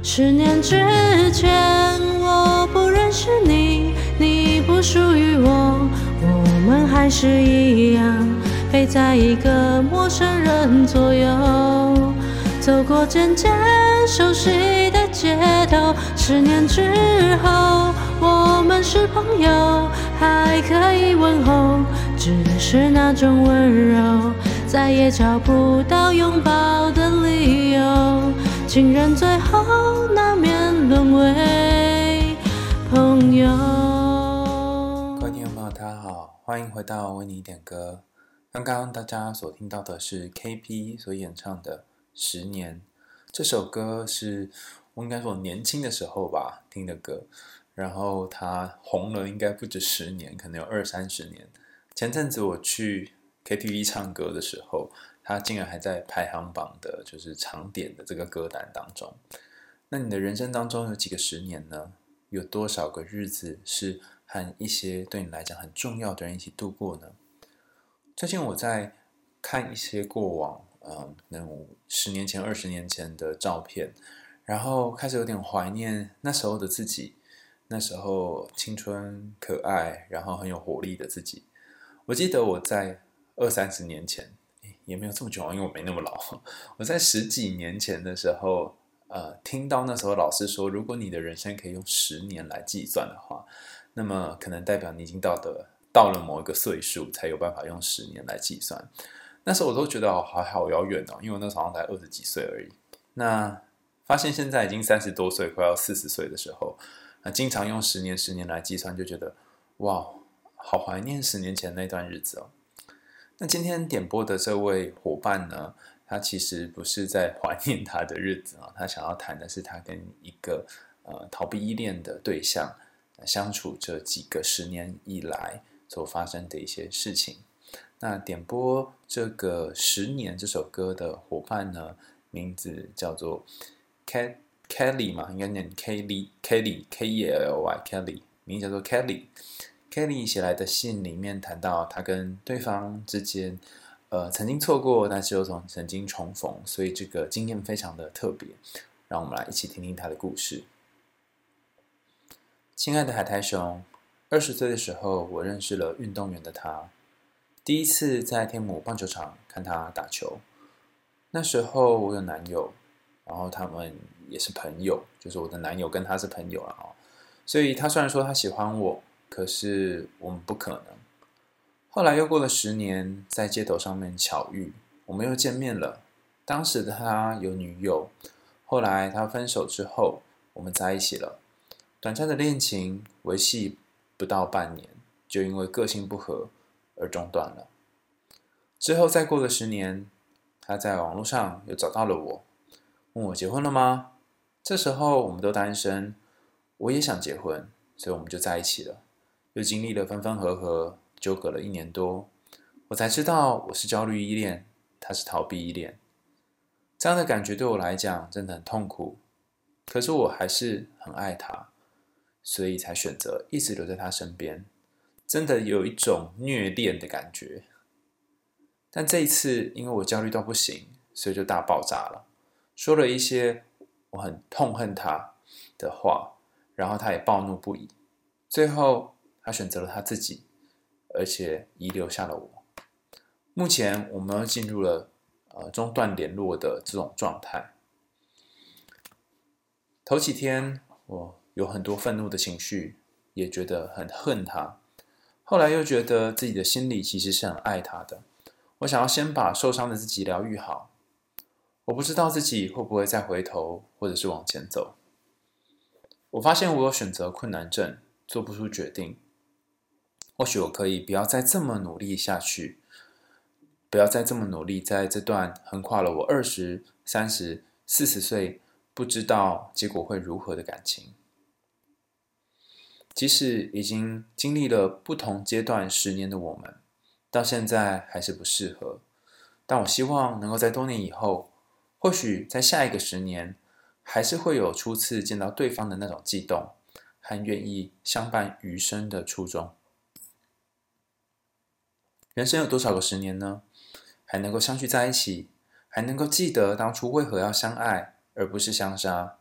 10年之前，我不认识你，你不属于我，我们还是一样陪在一个陌生人左右，走过渐渐熟悉的街头。10年之后，我们是朋友，还可以问候，只是那种温柔再也找不到拥抱的理由，情人最后难免沦为朋友。 各位听众朋友大家好，欢迎回到为你点歌。刚刚大家所听到的是 KP 所演唱的10年，这首歌是我应该说年轻的时候吧听的歌，然后它红了应该不止10年，可能有20-30年。前阵子我去 KTV 唱歌的时候，它竟然还在排行榜的就是常点的这个歌单当中。那你的人生当中有几个10年呢？有多少个日子是和一些对你来讲很重要的人一起度过呢？最近我在看一些过往那种10年前、20年前的照片，然后开始有点怀念那时候的自己，那时候青春可爱，然后很有活力的自己。我记得我在20-30年前，也没有这么久，因为我没那么老。我在10几年前的时候，听到那时候老师说，如果你的人生可以用10年来计算的话，那么可能代表你已经到了某一个岁数，才有办法用10年来计算。那时候我都觉得好遥远哦，因为我那时候好像才20几岁而已。那发现现在已经30多岁，快要40岁的时候，经常用10年来计算，就觉得哇，好怀念10年前那段日子哦。那今天点播的这位伙伴呢，他其实不是在怀念他的日子啊，他想要谈的是他跟一个逃避依恋的对象相处这几个10年以来所发生的一些事情。那点播这个10年这首歌的伙伴呢，名字叫做 Kelly 嘛，应该念 Kelly K-E-L-L-Y Kelly， 名字叫做 Kelly 写来的信里面谈到他跟对方之间曾经错过，但是又曾经重逢，所以这个经验非常的特别。让我们来一起听听他的故事。亲爱的海苔熊，20岁的时候我认识了运动员的他，第一次在天母棒球场看他打球。那时候我有男友，然后他们也是朋友，就是我的男友跟他是朋友了哦。所以他虽然说他喜欢我，可是我们不可能。后来又过了10年，在街头上面巧遇，我们又见面了。当时的他有女友，后来他分手之后，我们在一起了。短暂的恋情维系不到半年，就因为个性不合而中断了。之后再过了10年，他在网络上又找到了我，问我结婚了吗？这时候我们都单身，我也想结婚，所以我们就在一起了。又经历了分分合合，纠葛了1年多，我才知道我是焦虑依恋，他是逃避依恋。这样的感觉对我来讲真的很痛苦，可是我还是很爱他，所以才选择一直留在他身边。真的有一种虐恋的感觉。但这一次因为我焦虑到不行，所以就大爆炸了，说了一些我很痛恨他的话，然后他也暴怒不已。最后他选择了他自己，而且遗留下了我。目前我们又进入了中断联络的这种状态。头几天我有很多愤怒的情绪，也觉得很恨他。后来又觉得自己的心里其实是很爱他的。我想要先把受伤的自己疗愈好。我不知道自己会不会再回头，或者是往前走。我发现我有选择困难症，做不出决定。或许我可以不要再这么努力下去，不要再这么努力，在这段横跨了我20、30、40岁不知道结果会如何的感情。即使已经经历了不同阶段10年的我们，到现在还是不适合。但我希望能够在多年以后，或许在下一个10年，还是会有初次见到对方的那种悸动，和愿意相伴余生的初衷。人生有多少个10年呢？还能够相聚在一起，还能够记得当初为何要相爱，而不是相杀，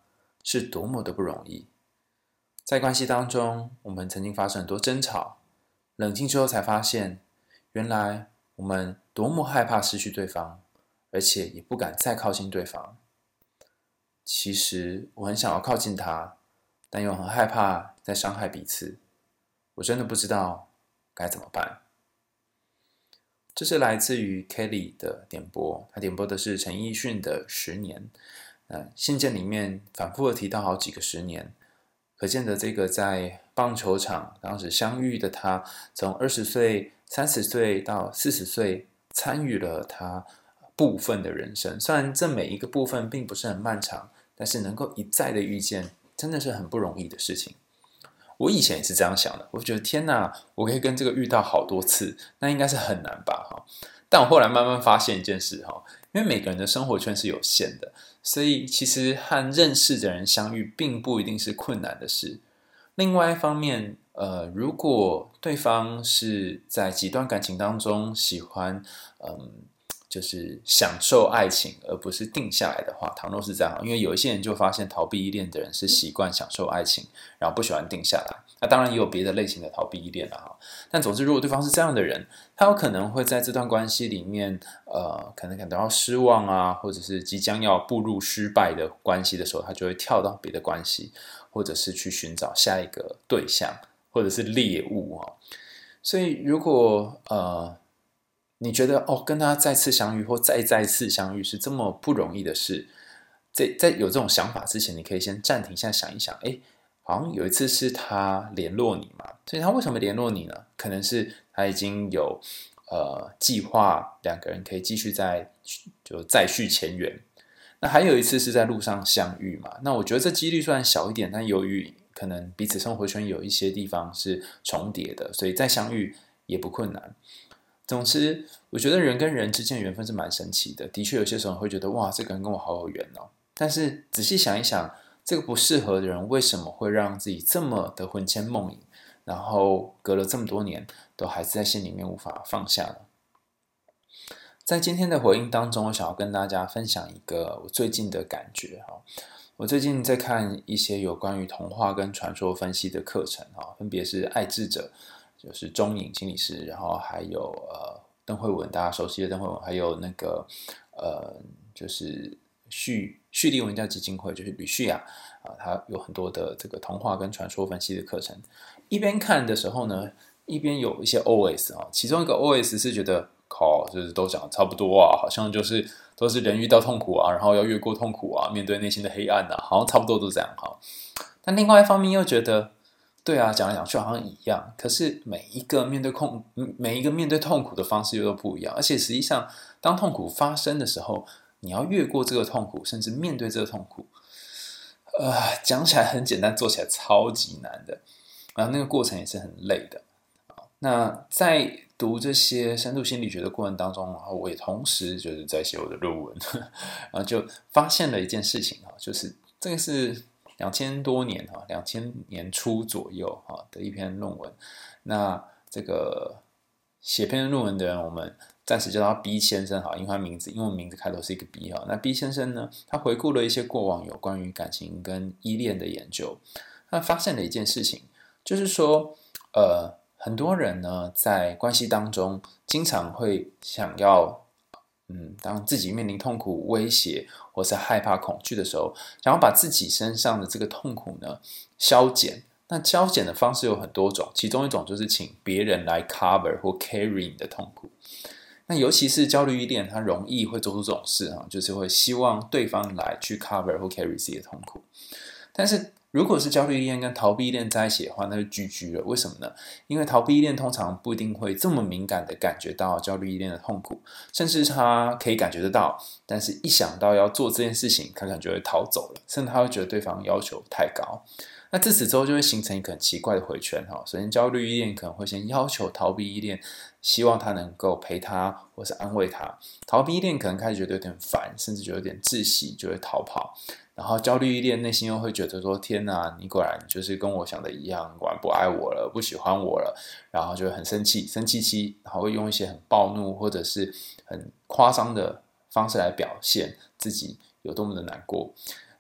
是多么的不容易。在关系当中，我们曾经发生很多争吵，冷静之后才发现，原来我们多么害怕失去对方，而且也不敢再靠近对方。其实我很想要靠近他，但又很害怕再伤害彼此。我真的不知道该怎么办。这是来自于 Kelly 的点播，他点播的是陈奕迅的《10年》。信件里面反复的提到好几个10年，可见的这个在棒球场当时相遇的他，从20岁、30岁到40岁，参与了他部分的人生。虽然这每一个部分并不是很漫长，但是能够一再的遇见，真的是很不容易的事情。我以前也是这样想的，我觉得天哪，我可以跟这个遇到好多次，那应该是很难吧？但我后来慢慢发现一件事，因为每个人的生活圈是有限的，所以其实和认识的人相遇并不一定是困难的事。另外一方面，如果对方是在极端感情当中喜欢，就是享受爱情而不是定下来的话，倘若是这样，因为有一些人就发现逃避依恋的人是习惯享受爱情，然后不喜欢定下来。那当然也有别的类型的逃避依恋啦，但总之如果对方是这样的人，他有可能会在这段关系里面可能感到失望啊，或者是即将要步入失败的关系的时候，他就会跳到别的关系，或者是去寻找下一个对象或者是猎物。所以如果你觉得跟他再次相遇或再次相遇是这么不容易的事，在有这种想法之前，你可以先暂停一下想一想，好像有一次是他联络你嘛，所以他为什么联络你呢？可能是他已经有计划两个人可以继续就再续前缘。那还有一次是在路上相遇嘛，那我觉得这几率虽然小一点，但由于可能彼此生活圈有一些地方是重叠的，所以再相遇也不困难。总之，我觉得人跟人之间的缘分是蛮神奇的。的确，有些时候会觉得哇，这个人跟我好有缘哦。但是仔细想一想，这个不适合的人为什么会让自己这么的魂牵梦萦，然后隔了这么多年，都还是在心里面无法放下呢？在今天的回应当中，我想要跟大家分享一个我最近的感觉。我最近在看一些有关于童话跟传说分析的课程，分别是爱智者，就是钟颖心理师，然后还有邓慧文，大家熟悉的邓慧文，还有那个就是旭立文教基金会，就是吕旭雅他有很多的这个童话跟传说分析的课程。一边看的时候呢，一边有一些 OS 其中一个 OS 是觉得就是都讲差不多啊，好像就是都是人遇到痛苦啊，然后要越过痛苦啊，面对内心的黑暗啊，好像差不多都这样但另外一方面又觉得，对啊，讲来讲去好像一样，可是每一个面对痛苦的方式又都不一样，而且实际上，当痛苦发生的时候，你要越过这个痛苦，甚至面对这个痛苦，讲起来很简单，做起来超级难的，然后那个过程也是很累的。那在读这些深度心理学的过程当中，我也同时就是在写我的论文，然后就发现了一件事情，就是这个是2000多年2000年初左右的一篇论文。那这个写篇论文的人，我们暂时叫他 B 先生因为他英文名字开头是一个 B 那 B 先生呢，他回顾了一些过往有关于感情跟依恋的研究，他发现了一件事情，就是说很多人呢在关系当中经常会想要当自己面临痛苦、威胁或是害怕、恐惧的时候，想要把自己身上的这个痛苦呢消减。那消减的方式有很多种，其中一种就是请别人来 cover 或 carry 你的痛苦。那尤其是焦虑依恋，他容易会做出这种事就是会希望对方来去 cover 或 carry 自己的痛苦。但是如果是焦虑依恋跟逃避依恋在一起的话，那就 GG 了。为什么呢？因为逃避依恋通常不一定会这么敏感的感觉到焦虑依恋的痛苦，甚至他可以感觉得到，但是一想到要做这件事情，他可能就会逃走了，甚至他会觉得对方要求太高。那自此之后就会形成一个很奇怪的回圈首先焦虑依恋可能会先要求逃避依恋，希望他能够陪他或是安慰他。逃避依恋可能开始觉得有点烦，甚至觉得有点窒息，就会逃跑。然后焦虑依恋内心又会觉得说，天哪，你果然就是跟我想的一样，果然不爱我了，不喜欢我了，然后就会很生气，然后会用一些很暴怒或者是很夸张的方式来表现自己有多么的难过。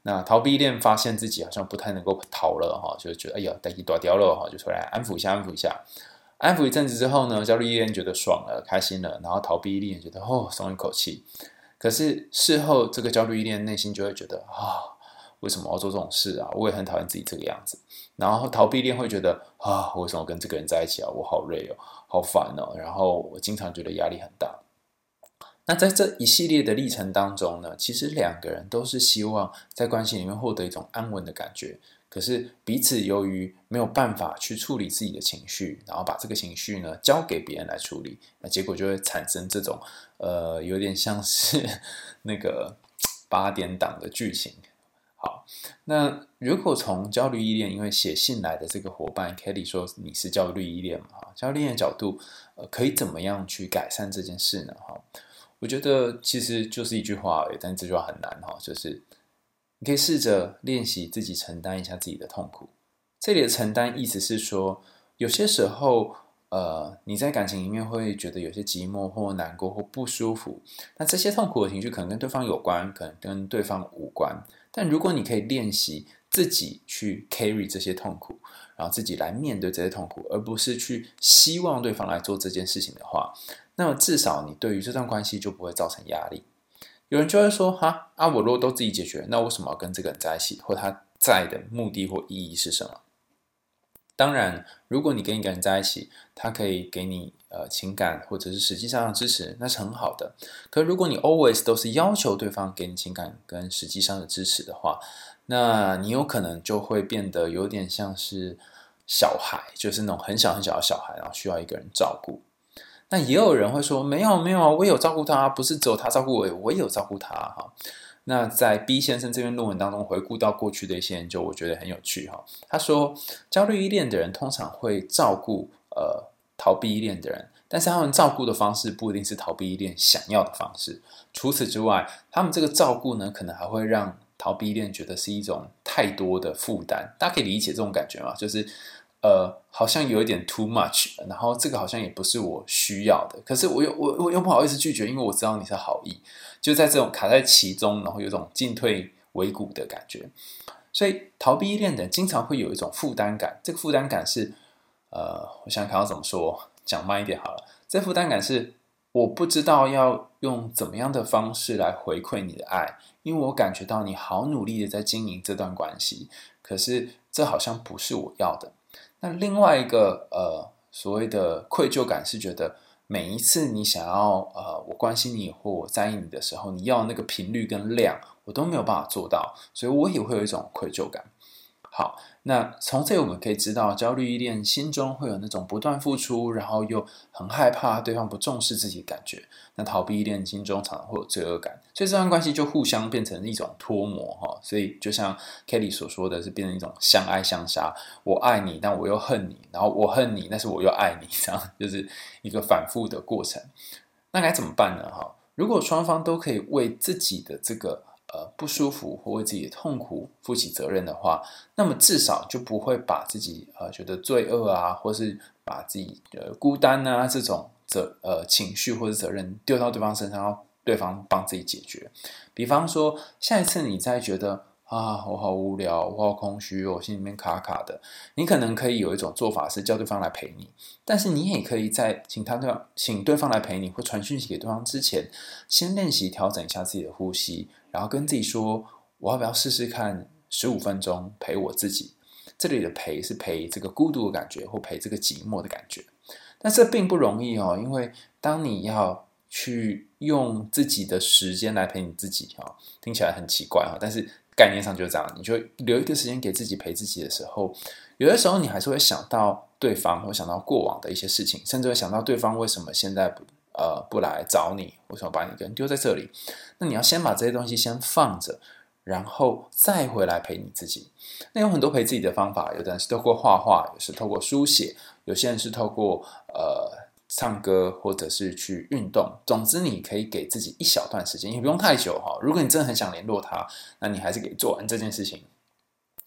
那逃避恋发现自己好像不太能够逃了哈，就觉得哎呀，代际断掉了哈，就出来安抚一下，安抚一下。安抚一阵子之后呢，焦虑依恋觉得爽了，开心了，然后逃避依恋觉得松一口气。可是事后这个焦虑依恋内心就会觉得为什么要做这种事啊？我也很讨厌自己这个样子。然后逃避恋会觉得为什么跟这个人在一起啊？我好累哦，好烦哦。然后我经常觉得压力很大。那在这一系列的历程当中呢，其实两个人都是希望在关系里面获得一种安稳的感觉。可是彼此由于没有办法去处理自己的情绪，然后把这个情绪呢交给别人来处理，那结果就会产生这种有点像是那个8点档的剧情。好，那如果从焦虑依恋，因为写信来的这个伙伴 Kelly 说你是焦虑依恋嘛，焦虑依恋的角度，可以怎么样去改善这件事呢？我觉得其实就是一句话而已，但这句话很难就是你可以试着练习自己承担一下自己的痛苦。这里的承担意思是说，有些时候你在感情里面会觉得有些寂寞或难过或不舒服，那这些痛苦的情绪可能跟对方有关，可能跟对方无关。但如果你可以练习自己去 carry 这些痛苦，然后自己来面对这些痛苦，而不是去希望对方来做这件事情的话，那么至少你对于这段关系就不会造成压力。有人就会说我如果都自己解决，那为什么要跟这个人在一起，或他在的目的或意义是什么？当然如果你跟一个人在一起，他可以给你情感或者是实际上的支持，那是很好的。可如果你 always 都是要求对方给你情感跟实际上的支持的话，那你有可能就会变得有点像是小孩，就是那种很小很小的小孩，然后需要一个人照顾。那也有人会说没有我也有照顾他，不是只有他照顾我也有照顾他那在 B 先生这篇论文当中回顾到过去的一些研究，我觉得很有趣他说焦虑依恋的人通常会照顾逃避依恋的人，但是他们照顾的方式不一定是逃避依恋想要的方式。除此之外，他们这个照顾呢，可能还会让逃避依恋觉得是一种太多的负担。大家可以理解这种感觉吗？就是好像有一点 too much， 然后这个好像也不是我需要的，可是我又不好意思拒绝，因为我知道你是好意，就在这种卡在其中，然后有种进退维谷的感觉。所以逃避依恋的人经常会有一种负担感，这个负担感是我想看要怎么说，讲慢一点好了。这负担感是我不知道要用怎么样的方式来回馈你的爱，因为我感觉到你好努力的在经营这段关系，可是这好像不是我要的。那另外一个所谓的愧疚感是觉得每一次你想要我关心你或我在意你的时候，你要那个频率跟量我都没有办法做到，所以我也会有一种愧疚感。好，那从这里我们可以知道，焦虑依恋心中会有那种不断付出，然后又很害怕对方不重视自己的感觉。那逃避依恋心中常常会有罪恶感，所以这段关系就互相变成一种脱模所以就像 Kelly 所说的是变成一种相爱相杀，我爱你但我又恨你，然后我恨你但是我又爱你，这样就是一个反复的过程。那该怎么办呢？如果双方都可以为自己的这个不舒服或为自己的痛苦负起责任的话，那么至少就不会把自己觉得罪恶或是把自己孤单这种情绪或者责任丢到对方身上，让对方帮自己解决。比方说下一次你再觉得我好无聊，我好空虚，我心里面卡卡的，你可能可以有一种做法是叫对方来陪你，但是你也可以在请对方来陪你或传讯息给对方之前，先练习调整一下自己的呼吸，然后跟自己说我要不要试试看15分钟陪我自己。这里的陪是陪这个孤独的感觉或陪这个寂寞的感觉，但这并不容易因为当你要去用自己的时间来陪你自己听起来很奇怪但是概念上就是这样，你就留一个时间给自己陪自己的时候，有的时候你还是会想到对方，会想到过往的一些事情，甚至会想到对方为什么现在不来找你，为什么把你一个人丢在这里。那你要先把这些东西先放着，然后再回来陪你自己。那有很多陪自己的方法，有的人是透过画画，有的是透过书写，有些人是透过唱歌或者是去运动。总之你可以给自己一小段时间，也不用太久如果你真的很想联络他，那你还是可以做完这件事情。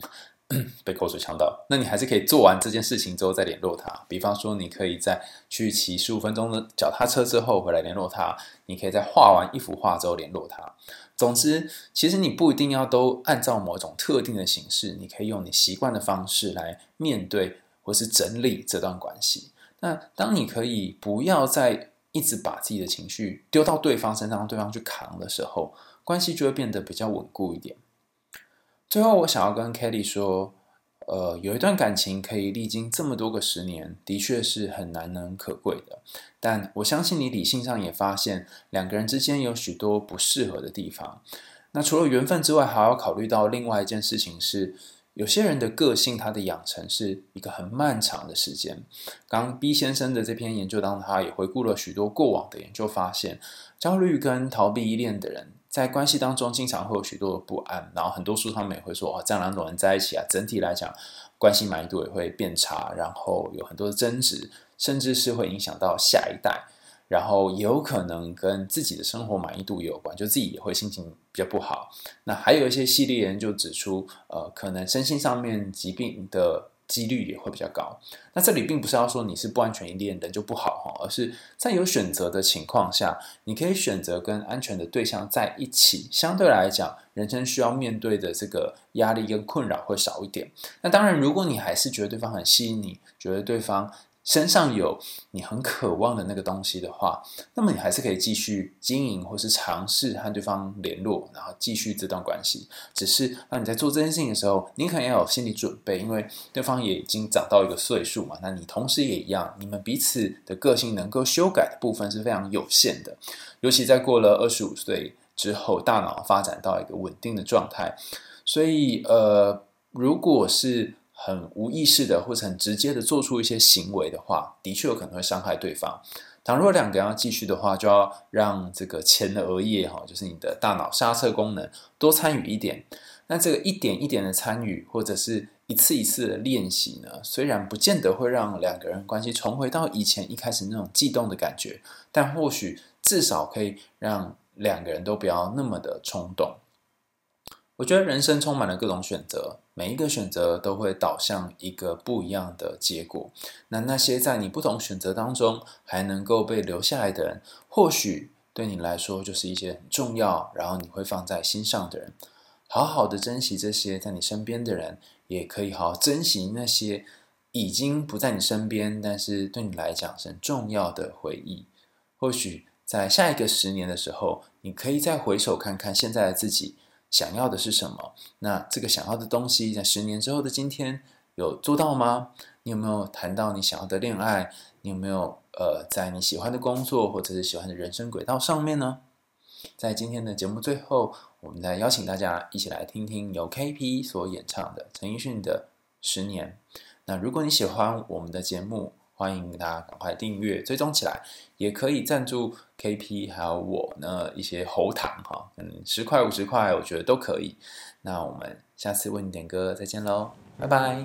被口水呛到，那你还是可以做完这件事情之后再联络他。比方说，你可以在去骑15分钟的脚踏车之后回来联络他，你可以在画完一幅画之后联络他。总之，其实你不一定要都按照某种特定的形式，你可以用你习惯的方式来面对或是整理这段关系。那当你可以不要再一直把自己的情绪丢到对方身上，让对方去扛的时候，关系就会变得比较稳固一点。最后我想要跟 Kelly 说，有一段感情可以历经这么多个10年，的确是很难能可贵的。但我相信你理性上也发现，两个人之间有许多不适合的地方。那除了缘分之外，还要考虑到另外一件事情是，有些人的个性，他的养成是一个很漫长的时间。刚 B 先生的这篇研究当中，他也回顾了许多过往的研究，发现焦虑跟逃避依恋的人在关系当中经常会有许多的不安，然后很多书他们也会说，这样两种人在一起啊，整体来讲关系满意度也会变差，然后有很多的争执，甚至是会影响到下一代，然后也有可能跟自己的生活满意度有关，就自己也会心情比较不好。那还有一些系列研究指出，可能身心上面疾病的几率也会比较高。那这里并不是要说你是不安全依恋人就不好，而是在有选择的情况下，你可以选择跟安全的对象在一起，相对来讲人生需要面对的这个压力跟困扰会少一点。那当然如果你还是觉得对方很吸引你，觉得对方身上有你很渴望的那个东西的话，那么你还是可以继续经营或是尝试和对方联络，然后继续这段关系。只是当你在做这件事情的时候，你可能要有心理准备，因为对方也已经长到一个岁数嘛，那你同时也一样，你们彼此的个性能够修改的部分是非常有限的，尤其在过了25岁之后，大脑发展到一个稳定的状态。所以如果是很无意识的或者很直接的做出一些行为的话，的确有可能会伤害对方。倘若两个人要继续的话，就要让这个前额叶，就是你的大脑刹车功能多参与一点。那这个一点一点的参与，或者是一次一次的练习呢，虽然不见得会让两个人关系重回到以前一开始那种悸动的感觉，但或许至少可以让两个人都不要那么的冲动。我觉得人生充满了各种选择，每一个选择都会导向一个不一样的结果。那些在你不同选择当中还能够被留下来的人，或许对你来说就是一些很重要，然后你会放在心上的人。好好的珍惜这些在你身边的人，也可以好好珍惜那些已经不在你身边，但是对你来讲是很重要的回忆。或许在下一个10年的时候，你可以再回首看看现在的自己想要的是什么？那这个想要的东西，在10年之后的今天有做到吗？你有没有谈到你想要的恋爱？你有没有在你喜欢的工作或者是喜欢的人生轨道上面呢？在今天的节目最后，我们再邀请大家一起来听听由 KP 所演唱的陈奕迅的10年。那如果你喜欢我们的节目，欢迎大家赶快订阅追踪起来，也可以赞助 KP 还有我呢一些喉糖10块50块我觉得都可以。那我们下次为你点歌再见咯，拜拜。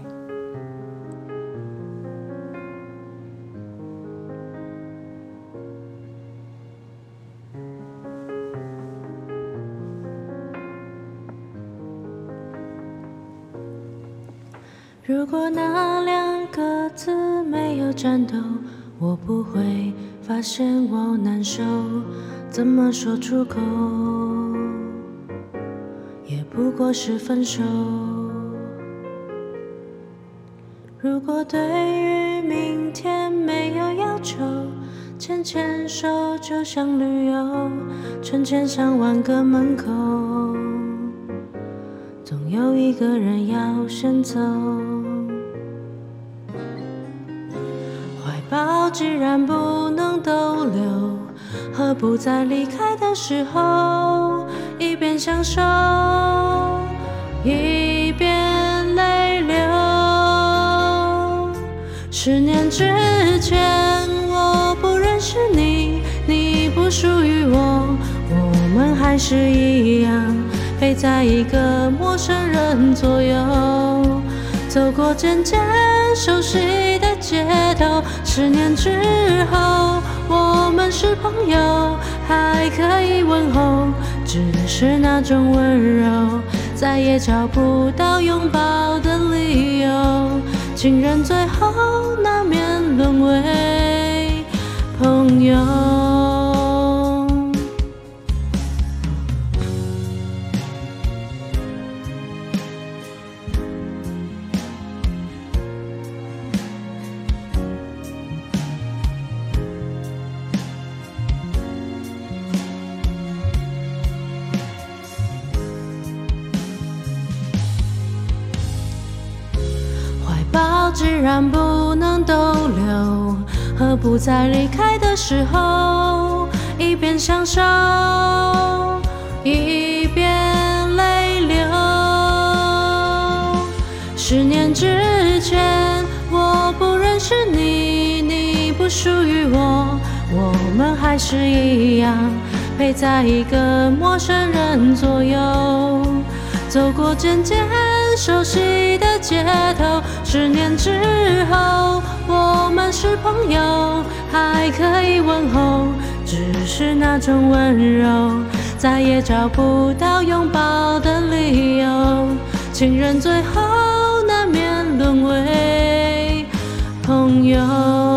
如果那2个字没有战斗，我不会发现我难受，怎么说出口，也不过是分手。如果对于明天没有要求，牵牵手就像旅游，成千上万个门口，总有一个人要先走。怀抱既然不能逗留，何不在离开的时候，一边享受，一边泪流。10年之前我不认识你，你不属于我，我们还是一样陪在一个陌生人左右，走过渐渐熟悉的街头。10年之后我们是朋友，还可以问候，只是那种温柔再也找不到拥抱的理由。 情人最后难免沦为朋友。既然不能逗留，何不在离开的时候，一边享受，一边泪流。10年之前，我不认识你，你不属于我，我们还是一样，陪在一个陌生人左右，走过渐渐熟悉的街头。10年之后，我们是朋友，还可以问候，只是那种温柔，再也找不到拥抱的理由。情人最后难免沦为朋友，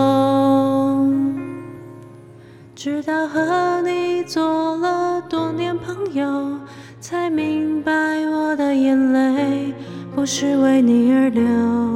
直到和你做了多年朋友，才明白我的眼泪不是为你而流。